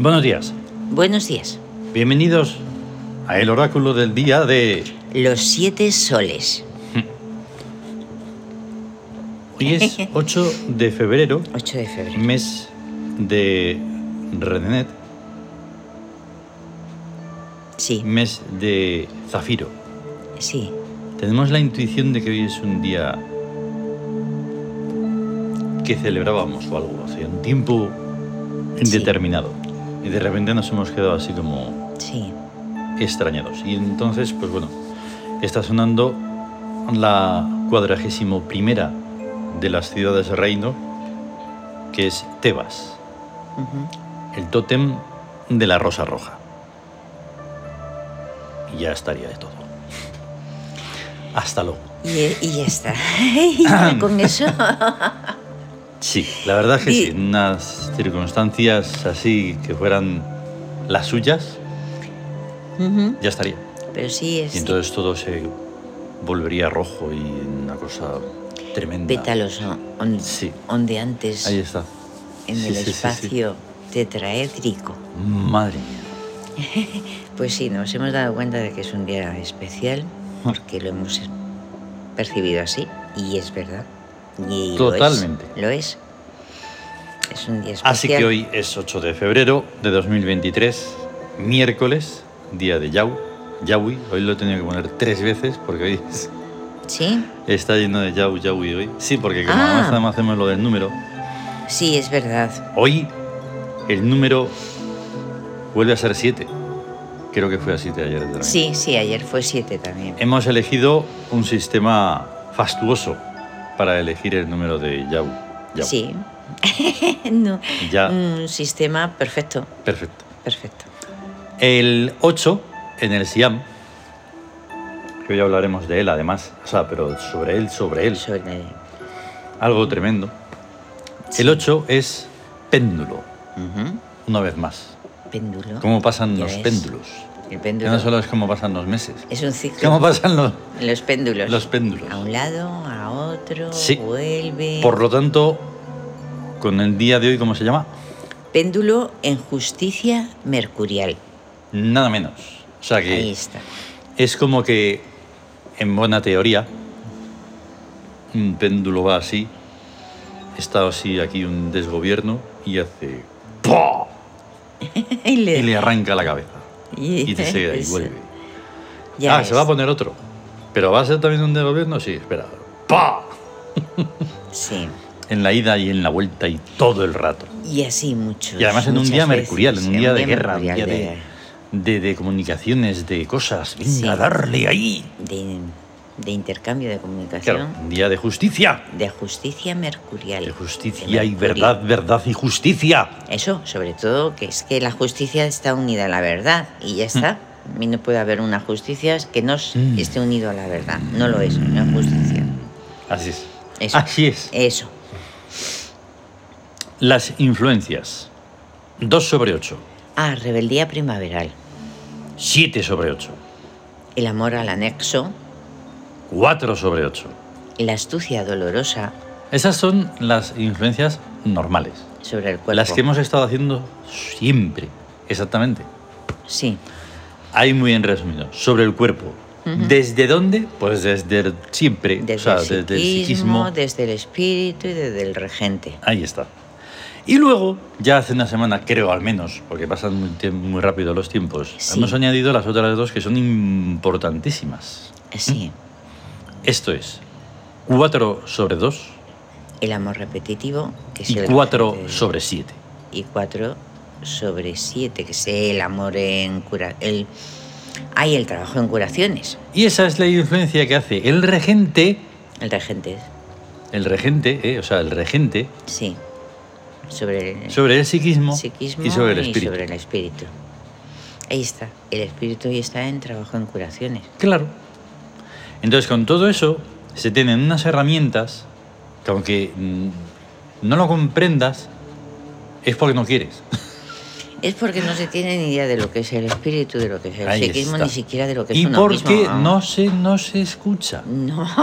Buenos días. Buenos días. Bienvenidos a el oráculo del día de... Los 7 soles. Hoy es 8 de febrero, 8 de febrero. mes de Redenet, Sí, mes de Zafiro. sí. Tenemos la intuición de que hoy es un día que celebrábamos o algo hace un tiempo indeterminado. Y de repente nos hemos quedado así como Sí. extrañados. Y entonces, pues bueno, está sonando la 41ª de las ciudades reino, que es Tebas, Ujú. el tótem de la rosa roja. Y ya estaría de todo. Hasta luego. Y ya está. Y ya con eso. Sí, la verdad es que Di- sí, en unas circunstancias así que fueran las suyas, Ujú. ya estaría. Pero sí es Y entonces todo se volvería rojo y una cosa tremenda. pétalos Sí. ondeantes Ahí está. en Sí, el sí, sí, sí. espacio tetraédrico. Madre mía. Pues sí, nos hemos dado cuenta de que es un día especial porque lo hemos percibido así y es verdad. Y Totalmente. Lo es. Es un día especial. Así que hoy es 8 de febrero de 2023, miércoles, día de Yahui. Hoy lo he tenido que poner 3 veces porque hoy ¿Sí? está lleno de Yahui hoy. Sí, porque como además hacemos lo del número, Sí, es verdad. hoy el número vuelve a ser 7. Creo que fue así de ayer. También. Sí, ayer fue 7 también. Hemos elegido un sistema fastuoso para elegir el número de Yau. Sí. No, Ya. un sistema perfecto. Perfecto. Perfecto. El 8 en el Siam, que hoy hablaremos de él además, o sea, pero sobre él. Sobre Algo tremendo. Sí. El 8 es péndulo, Ujú. una vez más. Péndulo. ¿Cómo pasan Ya los ves. péndulos? El Que péndulo no solo es cómo pasan los meses. es un ciclo. ¿Cómo pasan Los péndulos. los péndulos? A un lado, a otro, Sí. vuelve. Por lo tanto, con el día de hoy, ¿cómo se llama? Péndulo en justicia mercurial. Nada menos. O sea que Ahí está. es como que, en buena teoría, un péndulo va así, está así aquí un desgobierno y hace ¡pah! y Y le arranca la cabeza. Y te sigue y Eso. vuelve. Ya Se va a poner otro. Pero va a ser también un desgobierno, sí, espera. ¡Pah! Sí. En la ida y en la vuelta y todo el rato. Y así muchos. Y además en un muchas día veces, mercurial, en un día de guerra, un mercurial, día de comunicaciones, de cosas. Venga, Sí. darle ahí. de intercambio de comunicación. Claro, un día de justicia. De justicia mercurial. De justicia De y Mercurio. verdad y justicia. Eso, sobre todo, que es que la justicia está unida a la verdad y ya está. A mí no puede haber una justicia que no esté unido a la verdad. No lo es, no es justicia. Así es. Eso. Así es. Eso. Las influencias. 2 sobre 8. Rebeldía primaveral. 7 sobre 8. El amor al anexo. 4 sobre 8. La astucia dolorosa Esas son las influencias normales. sobre el cuerpo. Las que hemos estado haciendo siempre. Exactamente. Sí. Ahí muy en resumido. Sobre el cuerpo. Ujú. ¿Desde dónde? Pues desde siempre. Desde desde el psiquismo. desde el espíritu y desde el regente. Ahí está. Y luego, ya hace una semana, creo al menos, porque pasan muy rápido los tiempos, Sí. hemos añadido las otras dos que son importantísimas. Sí. Esto es 4 sobre 2 El amor repetitivo, que es y el 4 regente. sobre 7. Y 4 sobre 7, que es el amor en cura. Hay el trabajo en curaciones. Y esa es la influencia que hace el regente, El regente. o sea, el regente, Sí. Sobre el psiquismo, psiquismo y sobre el espíritu. sobre el espíritu. Ahí está. El espíritu ya está en trabajo en curaciones. Claro. Entonces, con todo eso, se tienen unas herramientas que aunque no lo comprendas, es porque no quieres. Es porque no se tiene ni idea de lo que es el espíritu, de lo que es el Ahí psiquismo, está. ni siquiera de lo que es Y uno mismo. porque no se escucha. No.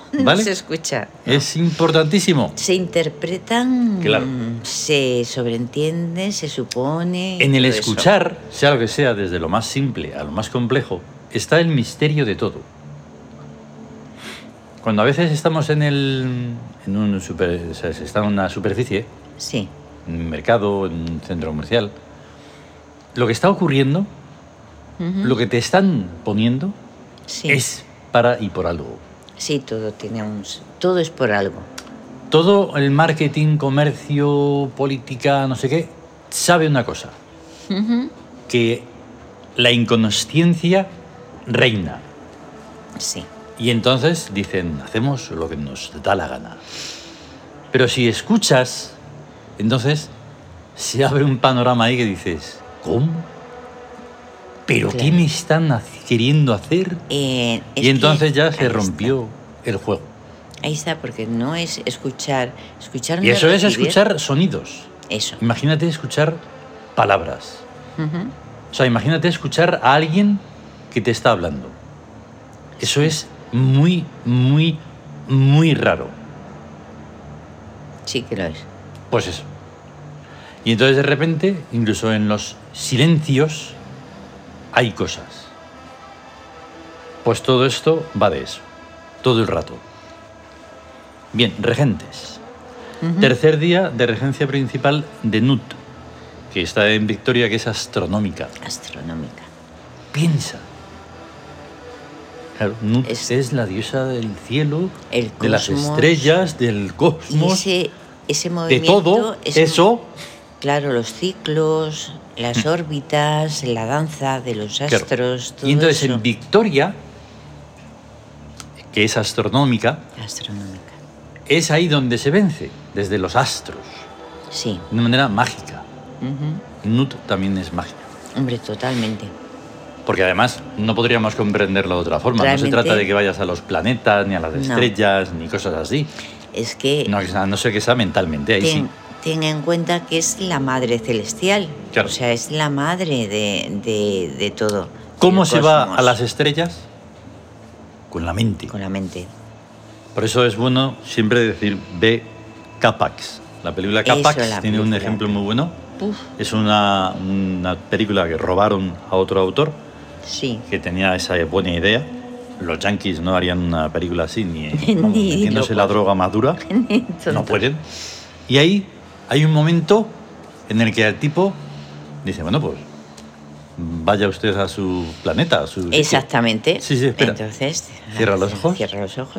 ¿vale? No se escucha. No. Es importantísimo. Se interpretan, Claro. se sobreentiende, se supone. En el todo eso. escuchar, sea lo que sea, desde lo más simple a lo más complejo, está el misterio de todo. Cuando a veces estamos en o sea, se está en una superficie, Sí, en un mercado, en un centro comercial, lo que está ocurriendo, ujú, lo que te están poniendo, sí. es para y por algo. Sí, todo es por algo. Todo el marketing, comercio, política, no sé qué, sabe una cosa, Ujú, que la inconsciencia reina. Sí, Y entonces dicen, hacemos lo que nos da la gana. Pero si escuchas, entonces se abre un panorama ahí que dices, ¿cómo? ¿Pero qué Claro. me están queriendo hacer? Es Y entonces que ya se ahí rompió el juego. Ahí está, porque no es escuchar. Escuchar Y no eso es recibir. escuchar sonidos. Eso. Imagínate escuchar palabras. Ujú, O sea, imagínate escuchar a alguien que te está hablando. Eso es muy, muy, muy raro. Sí que lo es. Pues eso. Y entonces de repente, incluso en los silencios, hay cosas. Pues todo esto va de eso. Todo el rato. Bien, regentes. Ujú. Tercer día de regencia principal de Nut, que está en Victoria, que es astronómica. Astronómica. Piensa. Claro, Nut Es- es la diosa del cielo, El de las cosmos. estrellas, del Y cosmos, ese de movimiento. todo ese- eso. Claro, los ciclos, las órbitas, la danza de los Claro. astros, todo Y entonces eso. en Victoria, que es astronómica, Astronómica. es ahí donde se vence, desde los astros, Sí. de una manera mágica. Ujú. Nut también es mágica. Hombre, totalmente. Porque además no podríamos comprenderlo de otra forma. No se Realmente- trata de que vayas a los planetas, ni a las No. estrellas, ni cosas así. Es que No, no sé qué sea mentalmente, ahí sí. ten en cuenta que es la madre celestial. Claro. O sea, es la madre de todo. ¿Cómo del se va cosmos. a las estrellas? Con la mente. Con la mente. Por eso es bueno siempre decir ve Capax. La película Eso, Capax la tiene un película. ejemplo muy bueno. Uf, Es una película que robaron a otro autor sí. que tenía esa buena idea. Los yankees no harían una película así, ni Ni metiéndose la locos. droga madura. No Tonto. pueden. Y ahí hay un momento en el que el tipo dice, bueno, pues vaya usted a su planeta, a su sitio". Exactamente. Sí, sí, espera. Entonces, Cierra los ojos. Cierra los ojos.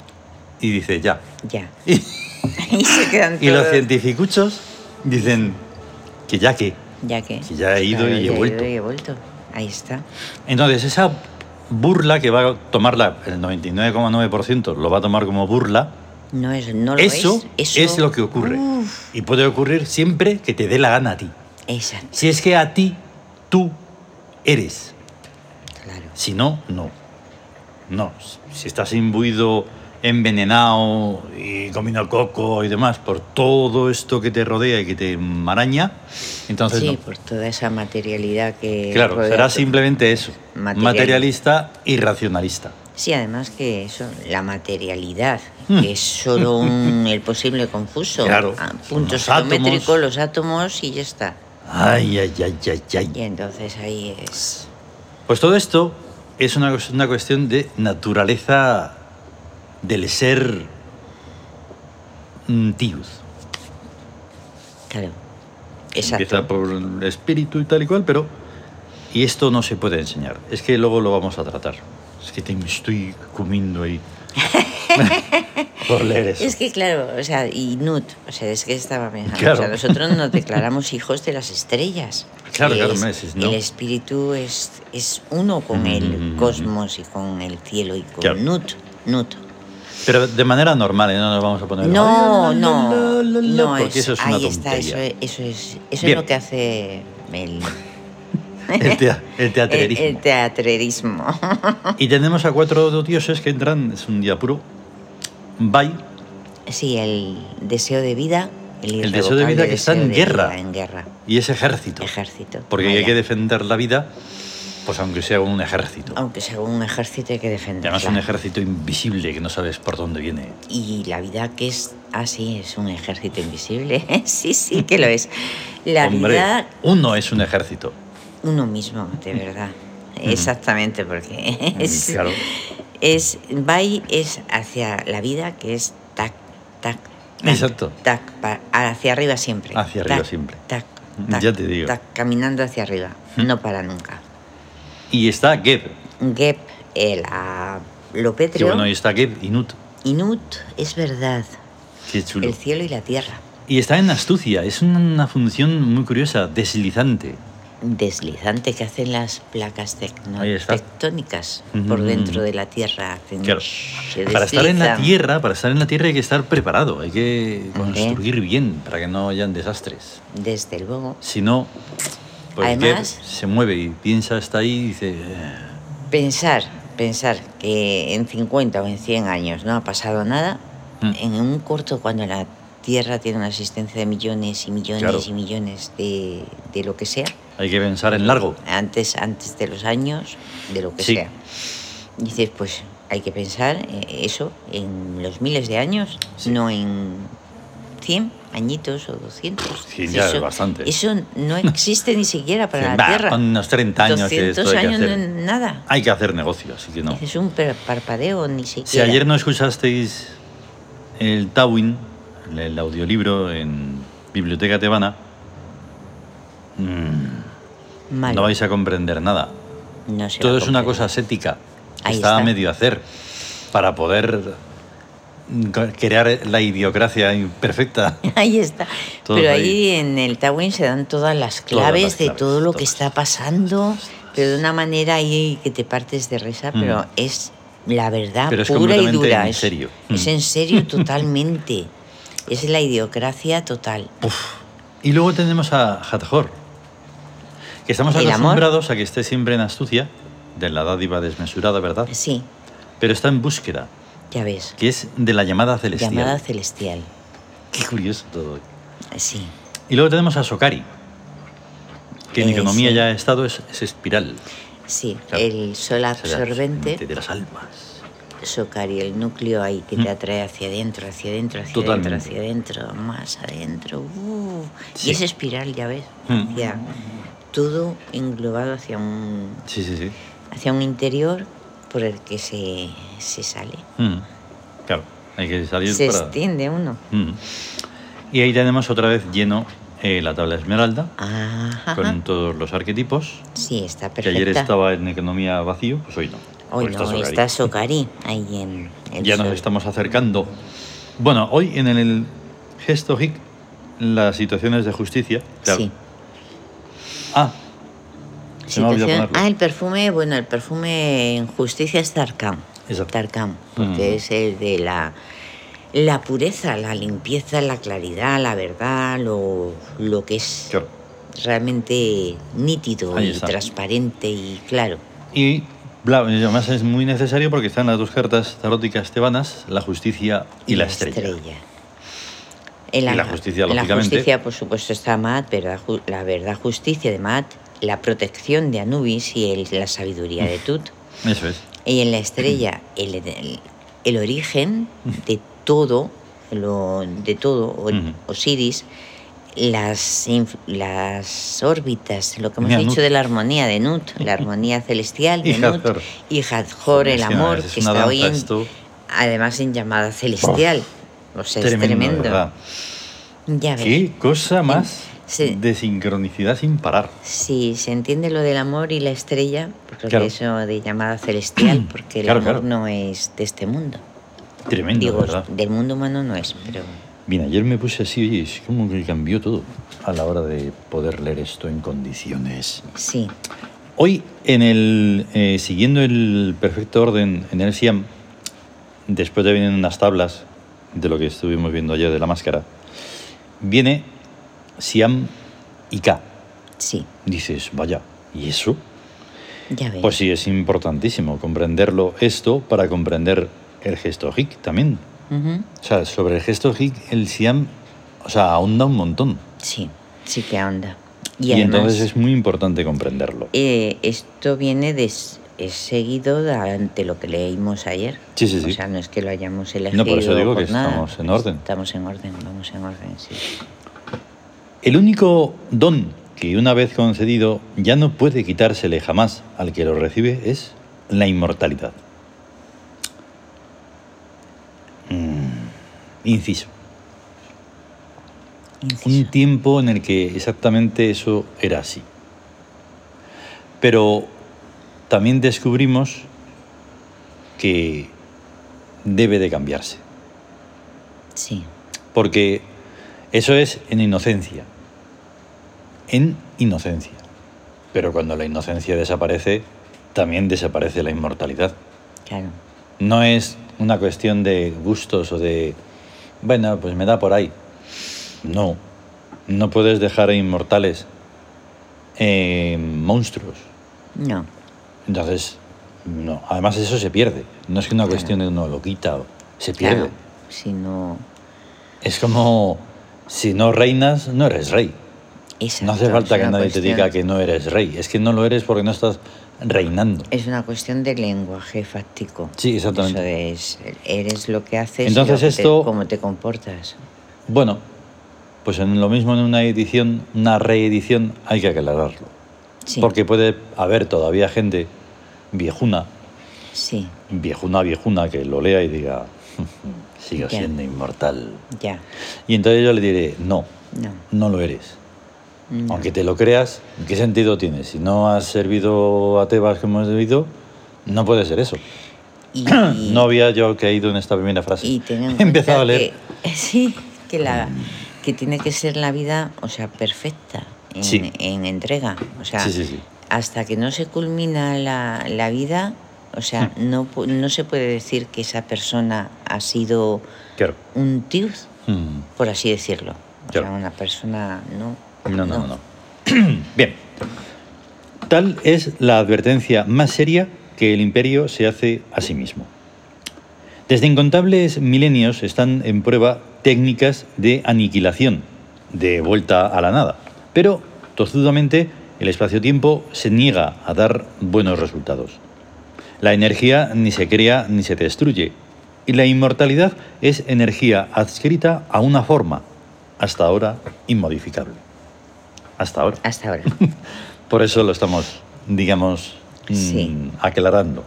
Y dice, ya. Ya. Y, Y se quedan y los todos- cientificuchos dicen que ya que. Ya que. que ya he ido Claro, y he ya vuelto. ido y he vuelto. Ahí está. Entonces, esa burla que va a tomarla, el 99,9% lo va a tomar como burla, No lo eso es. es lo que ocurre. Uf, Y puede ocurrir siempre que te dé la gana a ti. exacto. Si es que a ti, tú eres. Claro. Si no, no. No. Si estás imbuido, envenenado y comiendo coco y demás por todo esto que te rodea y que te maraña, entonces Sí, no. por toda esa materialidad que. Claro, rodea será todo. simplemente eso. Materialista y racionalista. Sí, además que eso, la materialidad, Mm. que es solo el posible confuso. Claro, A son puntos los átomos. geométricos, los átomos y ya está. Ay, ay, ay, ay, ay. Y entonces ahí es. Pues todo esto es una cuestión de naturaleza del ser tius. Claro. Empieza Exacto. por el espíritu y tal y cual, pero... Y esto no se puede enseñar. Es que luego lo vamos a tratar. Es que me estoy comiendo ahí. Por leer eso. Es que claro, o sea, y Nut, o sea, es que estaba pensando, Claro. o sea, nosotros nos declaramos hijos de las estrellas. Claro, Y claro, es- hombre, si no- El espíritu es uno con el cosmos y con el cielo y con Claro. Nut. Pero de manera normal, ¿eh? No nos vamos a poner... No, "Ay, no, la, la, la", no, porque eso es una ahí está, tontería. eso es Bien. lo que hace el El teatrerismo. el teatrerismo. Y tenemos a 4 dioses que entran, es un día puro. Bai, Sí, el deseo de vida, El deseo de vida irrevocable que está en deseo de guerra. vida, en guerra, y es ejército. ejército. Porque hay vaya. que defender la vida Pues aunque sea un ejército. Aunque sea un ejército hay que Y defenderla. además un ejército invisible que no sabes por dónde viene. Y la vida que es... Ah, sí, es un ejército invisible. Sí que lo es. La Hombre, vida... uno es un ejército. Uno mismo, de verdad. Exactamente, porque Claro. es hacia la vida que es tac, tac, tac, Exacto. tac, hacia arriba siempre. Hacia arriba Tac, siempre. Tac, tac, Ya te digo. tac, caminando hacia arriba. No para nunca. Y está Geb. Geb, lo Que pétreo. bueno, y está Geb Inut. Inut, es verdad. Qué chulo. El cielo y la tierra. Y está en astucia. Es una función muy curiosa, deslizante. Deslizante que hacen las placas Ahí está. tectónicas por dentro de la tierra. Hacen, Claro. se Para estar en la deslizan. tierra hay que estar preparado. Hay que Hombre. construir bien para que no hayan desastres. Desde luego. Si no, pues Además- Geb se mueve y piensa hasta ahí y dice... Pensar que en 50 o en 100 años no ha pasado nada, en un corto, cuando la Tierra tiene una existencia de millones y millones Claro. y millones de lo que sea, Hay que pensar en largo. antes de los años, de lo que Sí. sea. Dices, pues hay que pensar eso en los miles de años, Sí. no en 100 añitos o 200. 100 ya es bastante. Eso no existe ni siquiera para la Bah, Tierra. con unos 30 años que 200 esto hay que años no hacer. es nada. Hay que hacer negocio, así que no. Dices un parpadeo ni siquiera. Si ayer no escuchasteis el Tawin, el audiolibro en Biblioteca Tebana, Mal. no vais a comprender nada. No se va Todo a es una comprender. cosa ascética que Ahí está a está. medio hacer para poder crear la idiocracia perfecta. Ahí está. Todos Pero ahí. ahí en el Tawin se dan todas las Todas claves las de claves, todo lo que todas. está pasando, pero de una manera ahí que te partes de risa, pero es la verdad Pero es pura y completamente dura. en serio. Es en serio totalmente. Es la idiocracia total. Y luego tenemos a Hathor, que estamos El amor. acostumbrados a que esté siempre en astucia, de la dádiva desmesurada, ¿verdad? Sí, Pero está en búsqueda, ya ves. que es de la llamada celestial. Llamada celestial. Qué curioso todo. Sí. Y luego tenemos a Sokari, que en economía sí. ya ha estado, es espiral. Sí, Claro. el sol absorbente, De las almas. Sokari, el núcleo ahí que te atrae hacia adentro, hacia adentro, hacia Totalmente. adentro, hacia adentro, más adentro. Sí. Y esa espiral, ya ves, hacia todo englobado hacia un interior por el que se sale. Claro, hay que salir Se para... extiende uno. Y ahí tenemos otra vez lleno la tabla esmeralda, Ajá. con todos los arquetipos. Sí, está Que perfecta. ayer estaba en economía vacío, pues hoy no. Hoy no, Sokari. está Sokari ahí en el Ya nos sol. estamos acercando. Bueno, hoy en el gesto hic, las situaciones de justicia. Claro. Sí. Ah, se me ha olvidado Situación- ponerlo. el perfume, bueno, el perfume en justicia es Tarkam. Exacto. Tarkam, porque es el de la pureza, la limpieza, la claridad, la verdad, lo que es Claro. realmente nítido Ahí y está. transparente y claro. Y además es muy necesario porque están las dos cartas taróticas tebanas, la justicia y la estrella. En Y la justicia, en la lógicamente. justicia, por supuesto, está Maat, la verdad, justicia de Maat, la protección de Anubis y la sabiduría de Tut. Eso es. Y en la estrella, el origen de todo, Osiris, las órbitas, lo que hemos Mira, dicho Nut. de la armonía de Nut, la armonía celestial de Y Nut, Hathor. y Hathor, el Es que amor, es que una está danza hoy en, esto. además en llamada celestial. O sea, es tremendo. ¿Verdad? Ya ves. Qué cosa más Sí. de sincronicidad sin parar. Sí, se entiende lo del amor y la estrella, porque Claro. eso de llamada celestial, porque el Claro, amor claro. no es de este mundo. Tremendo, Digo, ¿verdad? del mundo humano no es, pero Bien, ayer me puse así, oye, es como que cambió todo a la hora de poder leer esto en condiciones. sí, Hoy, siguiendo el perfecto orden en el Siam, después de venir unas tablas de lo que estuvimos viendo ayer de la máscara, viene Siam y Ka. sí, Dices, vaya, ¿y eso? ya ves. Pues sí, es importantísimo comprenderlo esto para comprender el gesto hic también. Ujú. O sea, sobre el gesto hic, el Siam, ahonda un montón. Sí, sí que onda. Y entonces además, es muy importante comprenderlo. esto viene es seguido ante lo que leímos ayer. Sí, sí, sí. O sea, no es que lo hayamos elegido No, por eso digo que nada. estamos en orden. Estamos en orden, vamos en orden, sí. El único don que una vez concedido ya no puede quitársele jamás al que lo recibe es la inmortalidad. Inciso. Un tiempo en el que exactamente eso era así. Pero también descubrimos que debe de cambiarse. Sí. Porque eso es en inocencia. En inocencia. Pero cuando la inocencia desaparece, también desaparece la inmortalidad. Claro. No es una cuestión de gustos o de, bueno, pues me da por ahí. No. No puedes dejar a inmortales monstruos. No. Entonces, no. Además eso se pierde. No es que una cuestión de uno lo quita, se pierde. Claro. Si no... Es como, si no reinas, no eres rey. Exacto, No hace falta es que una nadie te cuestión- diga que no eres rey. Es que no lo eres porque no estás reinando. Es una cuestión de lenguaje fáctico. Sí, exactamente. Eso es, eres lo que haces Entonces y lo que esto- cómo te comportas. Bueno, pues en lo mismo en una edición, una reedición, hay que aclararlo. Sí. Porque puede haber todavía gente viejuna, Sí, viejuna, que lo lea y diga, sigo Ya. siendo inmortal. ya. Y entonces yo le diré, no, No. no lo eres. no. Aunque te lo creas, ¿qué sentido tiene? Si no has servido a Tebas como has debido, no puede ser eso. Y, No había yo caído en esta primera frase. y ten en He cuenta empezado a leer. sí, que tiene que ser la vida, o sea, perfecta en, Sí. en entrega. O sea, Sí. hasta que no se culmina la vida, o sea, no se puede decir que esa persona ha sido Claro. un tíos, Mm. por así decirlo. O Claro. sea, una persona no. No. Bien. Tal es la advertencia más seria que el imperio se hace a sí mismo. Desde incontables milenios están en prueba técnicas de aniquilación, de vuelta a la nada. Pero, tozudamente, el espacio-tiempo se niega a dar buenos resultados. La energía ni se crea ni se destruye. Y la inmortalidad es energía adscrita a una forma, hasta ahora inmodificable. Hasta ahora. Hasta ahora. Por eso lo estamos, digamos, Sí. aclarando.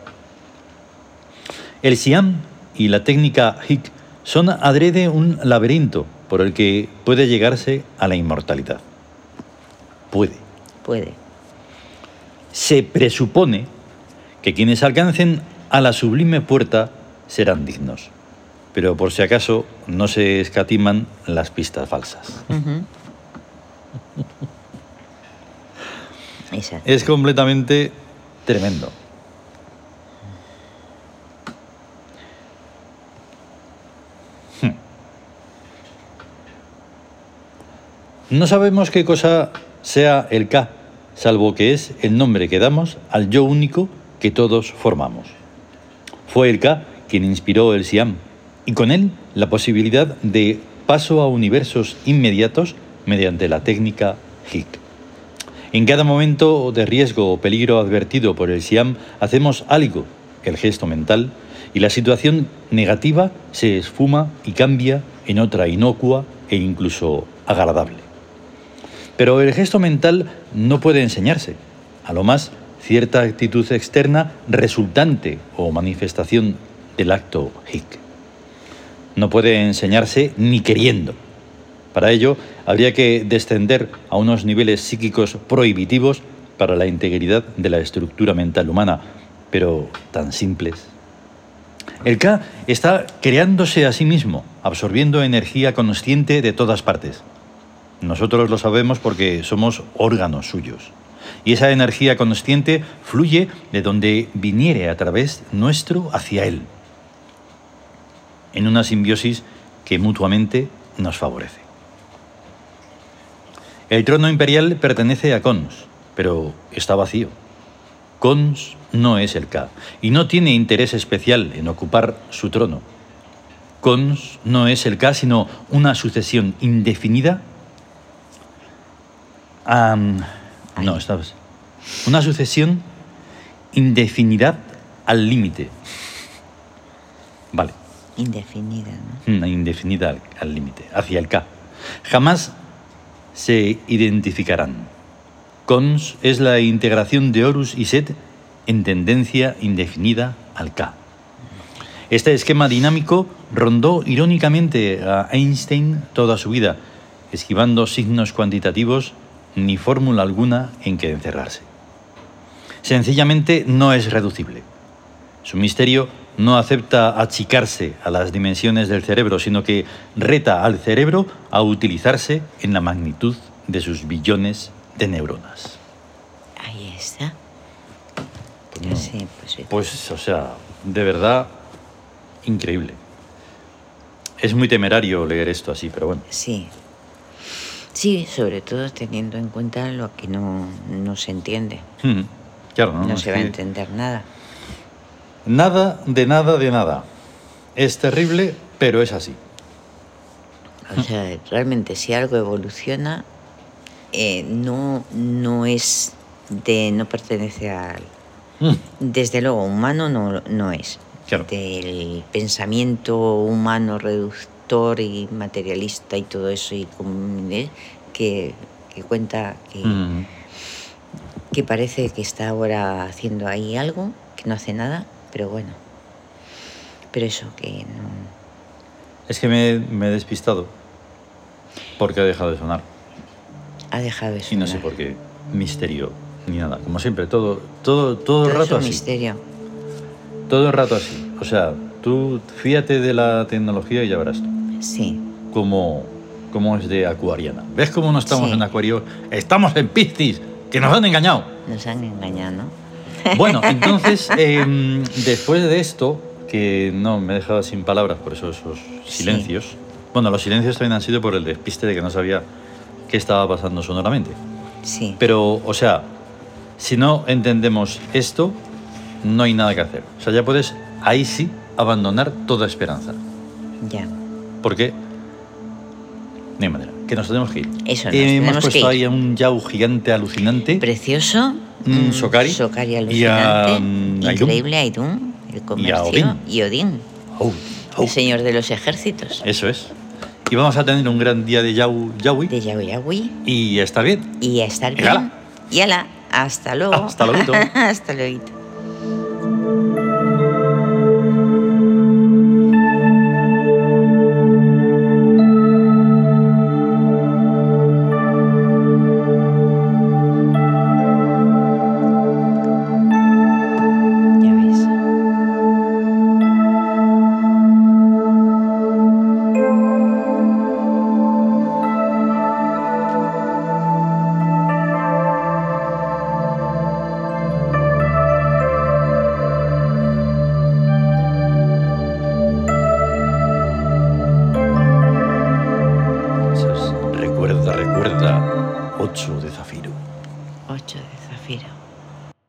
El Siam y la técnica Hic son adrede un laberinto por el que puede llegarse a la inmortalidad. Puede. Puede. Se presupone que quienes alcancen a la sublime puerta serán dignos. Pero por si acaso no se escatiman las pistas falsas. Ujú. Exacto. Es completamente tremendo. No sabemos qué cosa sea el K, salvo que es el nombre que damos al yo único que todos formamos. Fue el K quien inspiró el Siam, y con él la posibilidad de paso a universos inmediatos mediante la técnica Hic. En cada momento de riesgo o peligro advertido por el Siam hacemos algo, el gesto mental, y la situación negativa se esfuma y cambia en otra inocua e incluso agradable. Pero el gesto mental no puede enseñarse. A lo más, cierta actitud externa resultante o manifestación del acto Hic. No puede enseñarse ni queriendo. Para ello, habría que descender a unos niveles psíquicos prohibitivos para la integridad de la estructura mental humana, pero tan simples. El K está creándose a sí mismo, absorbiendo energía consciente de todas partes. Nosotros lo sabemos porque somos órganos suyos. Y esa energía consciente fluye de donde viniere a través nuestro hacia él, en una simbiosis que mutuamente nos favorece. El trono imperial pertenece a Cons, pero está vacío. Cons no es el K y no tiene interés especial en ocupar su trono. Cons no es el K, sino una sucesión indefinida No, esta vez. Una sucesión indefinida al límite. Vale. Indefinida, ¿no? Una indefinida al límite, hacia el K. Jamás se identificarán. Cons es la integración de Horus y Set en tendencia indefinida al K. Este esquema dinámico rondó irónicamente a Einstein toda su vida, esquivando signos cuantitativos ni fórmula alguna en que encerrarse. Sencillamente no es reducible. Su misterio no acepta achicarse a las dimensiones del cerebro, sino que reta al cerebro a utilizarse en la magnitud de sus billones de neuronas. Ahí está. No. Sí, Pues, o sea, de verdad, increíble. Es muy temerario leer esto así, pero bueno. Sí. Sí, sobre todo teniendo en cuenta lo que no se entiende. Claro, no se va a entender nada. Nada, de nada, de nada. Es terrible, pero es así. O sea, realmente si algo evoluciona, no es no pertenece al... Desde luego, humano no es. Claro. Del pensamiento humano reductor y materialista y todo eso, y que cuenta que parece que está ahora haciendo ahí algo, que no hace nada, pero bueno. Pero eso, que no... Es que me he despistado porque ha dejado de sonar. Ha dejado de sonar. Y no sé por qué. Misterio ni nada. Como siempre, todo el rato es un así. misterio. Todo el rato así. O sea, tú fíjate de la tecnología y ya verás tú. Sí. Cómo es de acuariana. ¿Ves cómo no estamos Sí. en Acuario? Estamos en Piscis, que nos han engañado. Nos han engañado, ¿no? Bueno, entonces, después de esto, que no me he dejado sin palabras por esos silencios. Sí. Bueno, los silencios también han sido por el despiste de que no sabía qué estaba pasando sonoramente. Sí. Pero, o sea, si no entendemos esto, no hay nada que hacer. O sea, ya puedes, ahí sí, abandonar toda esperanza. Ya. Porque no hay manera, que nos tenemos que ir. Eso, hemos puesto ahí a un Yau gigante alucinante. Precioso. Sokari. Sokari alucinante. Y increíble, Aidún, el comercio. Y Odín. El señor de los ejércitos. Eso es. Y vamos a tener un gran día de Yaui. De Yaui. Y a estar bien. Y a estar bien. Y ala, hasta luego. Hasta luego. Hasta luego. Recuerda, 8 de zafiro. 8 de zafiro.